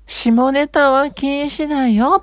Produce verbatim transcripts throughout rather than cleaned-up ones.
下ネタは禁止だよって。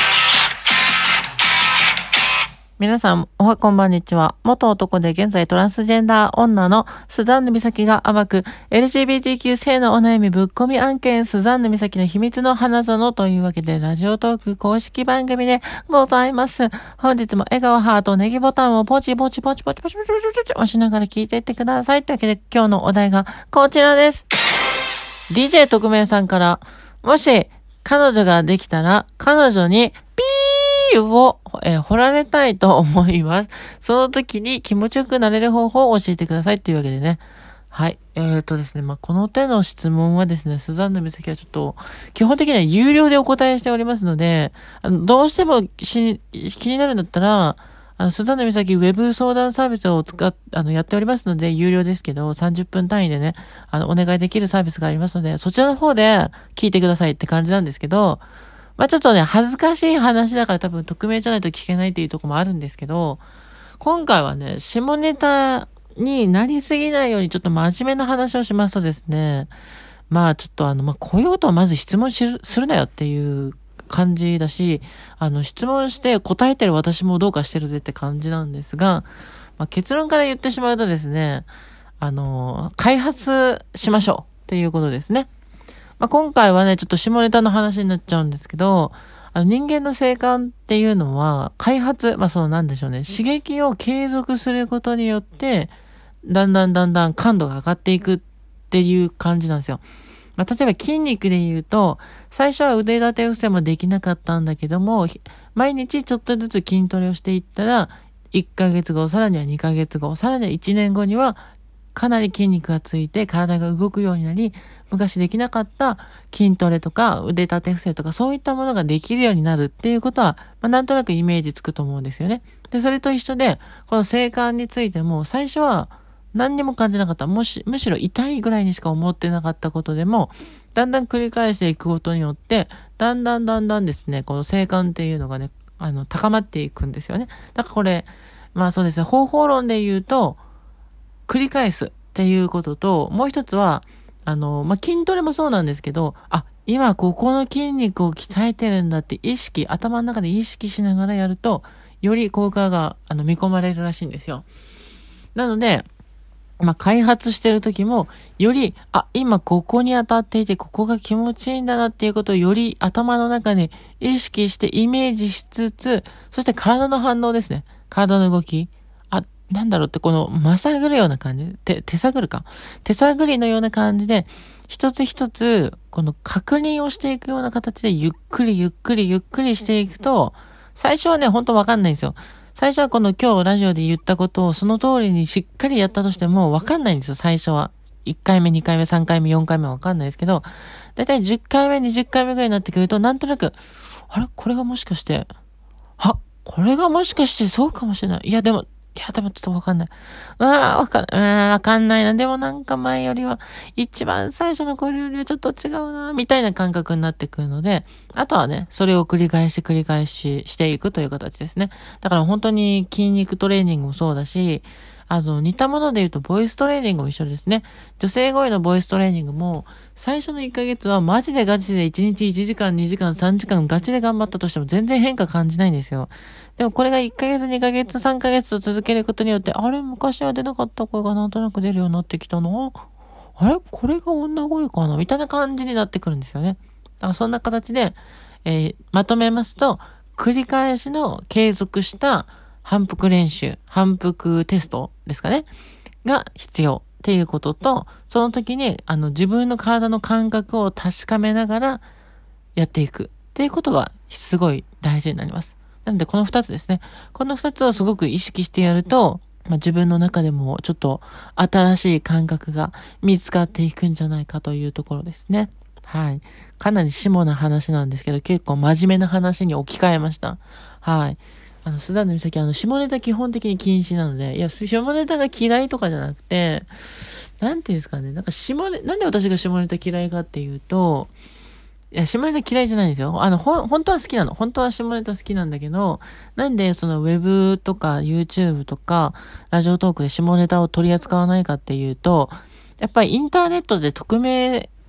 皆さん、おはこんばんにちは。元男で現在トランスジェンダー女のスザンヌ美咲が暴く エルジービーティーキュー 性のお悩みぶっ込み案件スザンヌ美咲の秘密の花園というわけでラジオトーク公式番組でございます。本日も笑顔ハートネギボタンをポチポチポチポチポチポチポチポチ押しながら聞いていってください。というわけで今日のお題がこちらです。ディージェー 特命さんから、もし彼女ができたら彼女にピーを、えー、掘られたいと思います。その時に気持ちよくなれる方法を教えてくださいというわけでね。はい。えーとですね。まあ、この手の質問はですね、スザンヌ美咲はちょっと、基本的には有料でお答えしておりますので、あのどうしてもし気になるんだったら、あの、スザンヌ美咲ウェブ相談サービスを使っ、あの、やっておりますので、有料ですけど、さんじゅっぷん単位でね、あの、お願いできるサービスがありますので、そちらの方で聞いてくださいって感じなんですけど、まあ、ちょっとね、恥ずかしい話だから多分匿名じゃないと聞けないっていうところもあるんですけど、今回はね、下ネタになりすぎないようにちょっと真面目な話をしますとですね、まあちょっとあの、まあこういうことをまず質問しするなよっていう感じだし、あの、質問して答えてる私もどうかしてるぜって感じなんですが、まあ、結論から言ってしまうとですね、あの、開発しましょうっていうことですね。まあ、今回はね、ちょっと下ネタの話になっちゃうんですけど、あの人間の性感っていうのは、開発、まあ、そのなんでしょうね、刺激を継続することによって、だんだんだんだん感度が上がっていくっていう感じなんですよ。まあ、例えば筋肉で言うと、最初は腕立て伏せもできなかったんだけども、毎日ちょっとずつ筋トレをしていったら、いっかげつご、さらにはにかげつご、さらにはいちねんごには、かなり筋肉がついて体が動くようになり、昔できなかった筋トレとか腕立て伏せとかそういったものができるようになるっていうことは、まあ、なんとなくイメージつくと思うんですよね。で、それと一緒で、この性感についても最初は何にも感じなかった。もし、むしろ痛いぐらいにしか思ってなかったことでも、だんだん繰り返していくことによって、だんだんだんだんですね、この性感っていうのがね、あの、高まっていくんですよね。だからこれ、まあそうですね、方法論で言うと、繰り返すっていうことと、もう一つは、あの、まあ、筋トレもそうなんですけど、あ、今ここの筋肉を鍛えてるんだって意識、頭の中で意識しながらやると、より効果があの見込まれるらしいんですよ。なので、まあ、開発してる時も、より、あ、今ここに当たっていて、ここが気持ちいいんだなっていうことをより頭の中に意識してイメージしつつ、そして体の反応ですね。体の動き。なんだろうってこの、まさぐるような感じ手、手探るか。手探りのような感じで、一つ一つ、この確認をしていくような形で、ゆっくりゆっくりゆっくりしていくと、最初はね、ほんとわかんないんですよ。最初はこの今日ラジオで言ったことをその通りにしっかりやったとしてもわかんないんですよ、最初は。いっかいめ、にかいめ、さんかいめ、よんかいめはわかんないですけど、だいたいじゅっかいめ、にじゅっかいめぐらいになってくると、なんとなく、あれこれがもしかして、あ、これがもしかしてそうかもしれない。いや、でも、いや、でもちょっとわかんない。うわー、わかんない。うーん、わかんないな。でもなんか前よりは、一番最初のこれよりはちょっと違うな、みたいな感覚になってくるので、あとはね、それを繰り返し繰り返ししていくという形ですね。だから本当に筋肉トレーニングもそうだし、あの、似たもので言うと、ボイストレーニングも一緒ですね。女性声のボイストレーニングも、最初のいっかげつはマジでガチでいちにちいちじかん、にじかん、さんじかんガチで頑張ったとしても全然変化感じないんですよ。でもこれがいっかげつ、にかげつ、さんかげつと続けることによって、あれ昔は出なかった声がなんとなく出るようになってきたの？あれこれが女声かなみたいな感じになってくるんですよね。だからそんな形で、えー、まとめますと、繰り返しの継続した反復練習、反復テストですかねが必要っていうことと、その時にあの自分の体の感覚を確かめながらやっていくっていうことがすごい大事になります。なのでこの二つですね。この二つをすごく意識してやると、まあ、自分の中でもちょっと新しい感覚が見つかっていくんじゃないかというところですね。はい。かなり下な話なんですけど、結構真面目な話に置き換えました。はい。あの、スザンヌ美咲、あの、下ネタ基本的に禁止なので、いや、下ネタが嫌いとかじゃなくて、なんていうんですかね、なんか下ネ、なんで私が下ネタ嫌いかっていうと、いや、下ネタ嫌いじゃないんですよ。あの、ほん、本当は好きなの。本当は下ネタ好きなんだけど、なんでそのウェブとか YouTube とかラジオトークで下ネタを取り扱わないかっていうと、やっぱりインターネットで匿名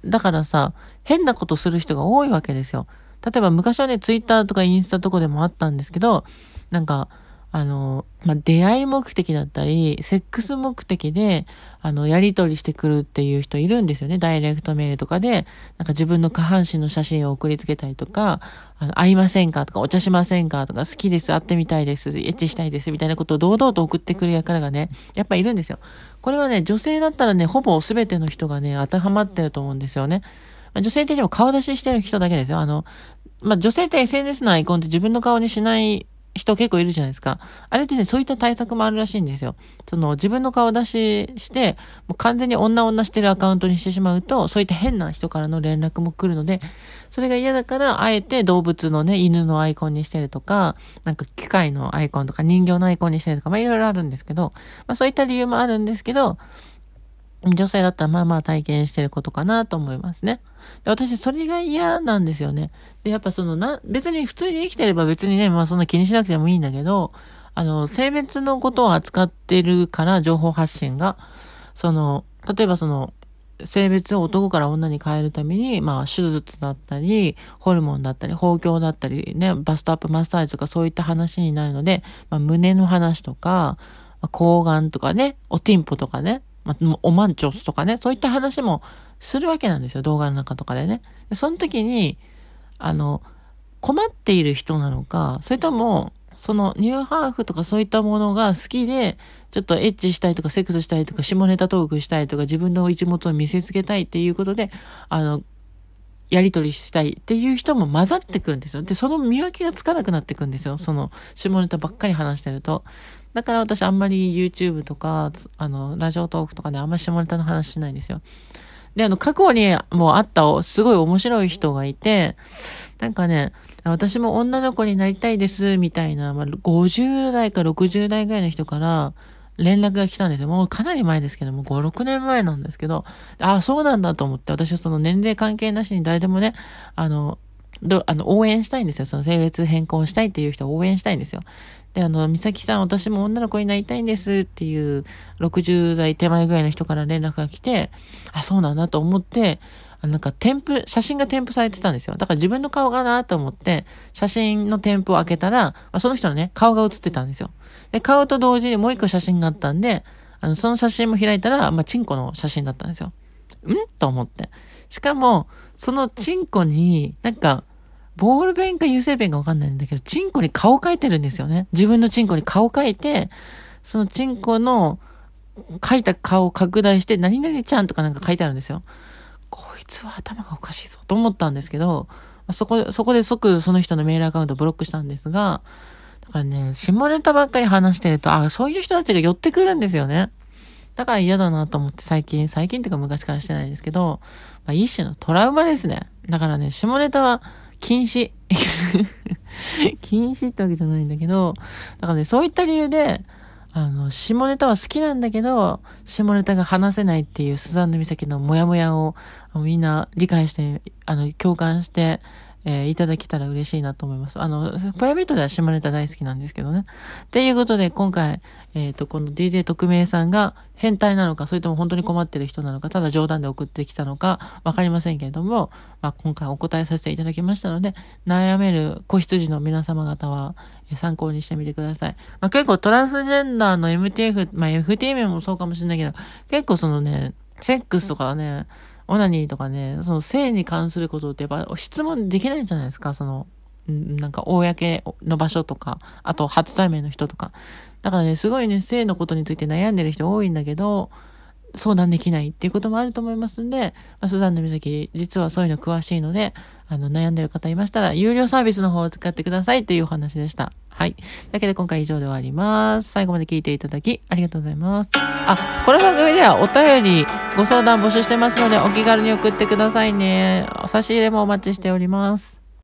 だからさ、変なことする人が多いわけですよ。例えば昔はね、ツイッターとかインスタとかでもあったんですけど、なんか、あの、まあ、出会い目的だったり、セックス目的で、あの、やり取りしてくるっていう人いるんですよね。ダイレクトメールとかで、なんか自分の下半身の写真を送りつけたりとか、あの、会いませんかとか、お茶しませんかとか、好きです、会ってみたいです、エッチしたいです、みたいなことを堂々と送ってくる輩がね、やっぱいるんですよ。これはね、女性だったらね、ほぼ全ての人がね、当てはまってると思うんですよね。まあ、女性ってでも顔出ししてる人だけですよ。あの、まあ、女性って エスエヌエス のアイコンって自分の顔にしない人結構いるじゃないですか。あれってね、そういった対策もあるらしいんですよ。その自分の顔出しして、もう完全に女女してるアカウントにしてしまうと、そういった変な人からの連絡も来るので、それが嫌だから、あえて動物のね、犬のアイコンにしてるとか、なんか機械のアイコンとか人形のアイコンにしてるとか、まあいろいろあるんですけど、まあそういった理由もあるんですけど、女性だったらまあまあ体験してることかなと思いますね。で、私それが嫌なんですよね。で、やっぱそのな、別に普通に生きてれば別にね、まあそんな気にしなくてもいいんだけど、あの、性別のことを扱ってるから情報発信が、その、例えばその、性別を男から女に変えるために、まあ手術だったり、ホルモンだったり、包協だったり、ね、バストアップマッサージとかそういった話になるので、まあ胸の話とか、まあ、睾丸とかね、おティンポとかね、まあ、おマンチョスとかね、そういった話もするわけなんですよ、動画の中とかでね。でその時に、あの、困っている人なのか、それとも、そのニューハーフとかそういったものが好きで、ちょっとエッチしたいとかセックスしたいとか下ネタトークしたいとか自分の一物を見せつけたいっていうことで、あの、やり取りしたいっていう人も混ざってくるんですよ。で、その見分けがつかなくなってくるんですよ。その下ネタばっかり話してると。だから私あんまり YouTube とか、あの、ラジオトークとかであんまり下ネタの話しないんですよ。で、あの、過去にもう会ったすごい面白い人がいて、なんかね、私も女の子になりたいです、みたいな、まあ、ごじゅう代かろくじゅう代ぐらいの人から連絡が来たんですよ。もうかなり前ですけども、ご、ろくねんまえなんですけど、ああ、そうなんだと思って、私はその年齢関係なしに誰でもね、あの、ど、あの、応援したいんですよ。その性別変更したいっていう人を応援したいんですよ。で、あの、美咲さん、私も女の子になりたいんですっていう、ろくじゅう代手前ぐらいの人から連絡が来て、あ、そうなんだと思って、あなんか添付、写真が添付されてたんですよ。だから自分の顔かなと思って、写真の添付を開けたら、まあ、その人のね、顔が写ってたんですよ。で、顔と同時にもう一個写真があったんで、あの、その写真も開いたら、まあ、チンコの写真だったんですよ。んと思って。しかも、そのチンコに、なんか、ボールペンか油性ペンかわかんないんだけど、チンコに顔描いてるんですよね。自分のチンコに顔描いて、そのチンコの描いた顔を拡大して、何々ちゃんとかなんか書いてあるんですよ。こいつは頭がおかしいぞと思ったんですけど、そこ、そこで即その人のメールアカウントをブロックしたんですが、だからね、下ネタばっかり話してると、あ、そういう人たちが寄ってくるんですよね。だから嫌だなと思って最近、最近っていうか昔からしてないんですけど、まあ、一種のトラウマですね。だからね、下ネタは禁止。禁止ってわけじゃないんだけど、だからね、そういった理由で、あの、下ネタは好きなんだけど、下ネタが話せないっていうスザンヌ美咲のモヤモヤをみんな理解して、あの、共感して、えー、いただけたら嬉しいなと思います。あの、プライベートでは下ネタ大好きなんですけどね。っていうことで、今回、えっと、この ディージェー 特命さんが変態なのか、それとも本当に困ってる人なのか、ただ冗談で送ってきたのか、わかりませんけれども、まあ、今回お答えさせていただきましたので、悩める子羊の皆様方は、参考にしてみてください。まあ、結構トランスジェンダーの エムティーエフ、まあ、エフティーエム もそうかもしれないけど、結構そのね、セックスとかね、オナニーとかね、その性に関することってやっぱ質問できないじゃないですか、その、なんか公の場所とか、あと初対面の人とか。だからね、すごいね、性のことについて悩んでる人多いんだけど、相談できないっていうこともあると思いますんで、まあ、スザンヌ美咲、実はそういうの詳しいので、あの、悩んでる方いましたら、有料サービスの方を使ってくださいっていうお話でした。はい。だけで今回以上で終わります。最後まで聞いていただき、ありがとうございます。あ、この番組ではお便り、ご相談募集してますので、お気軽に送ってくださいね。お差し入れもお待ちしております。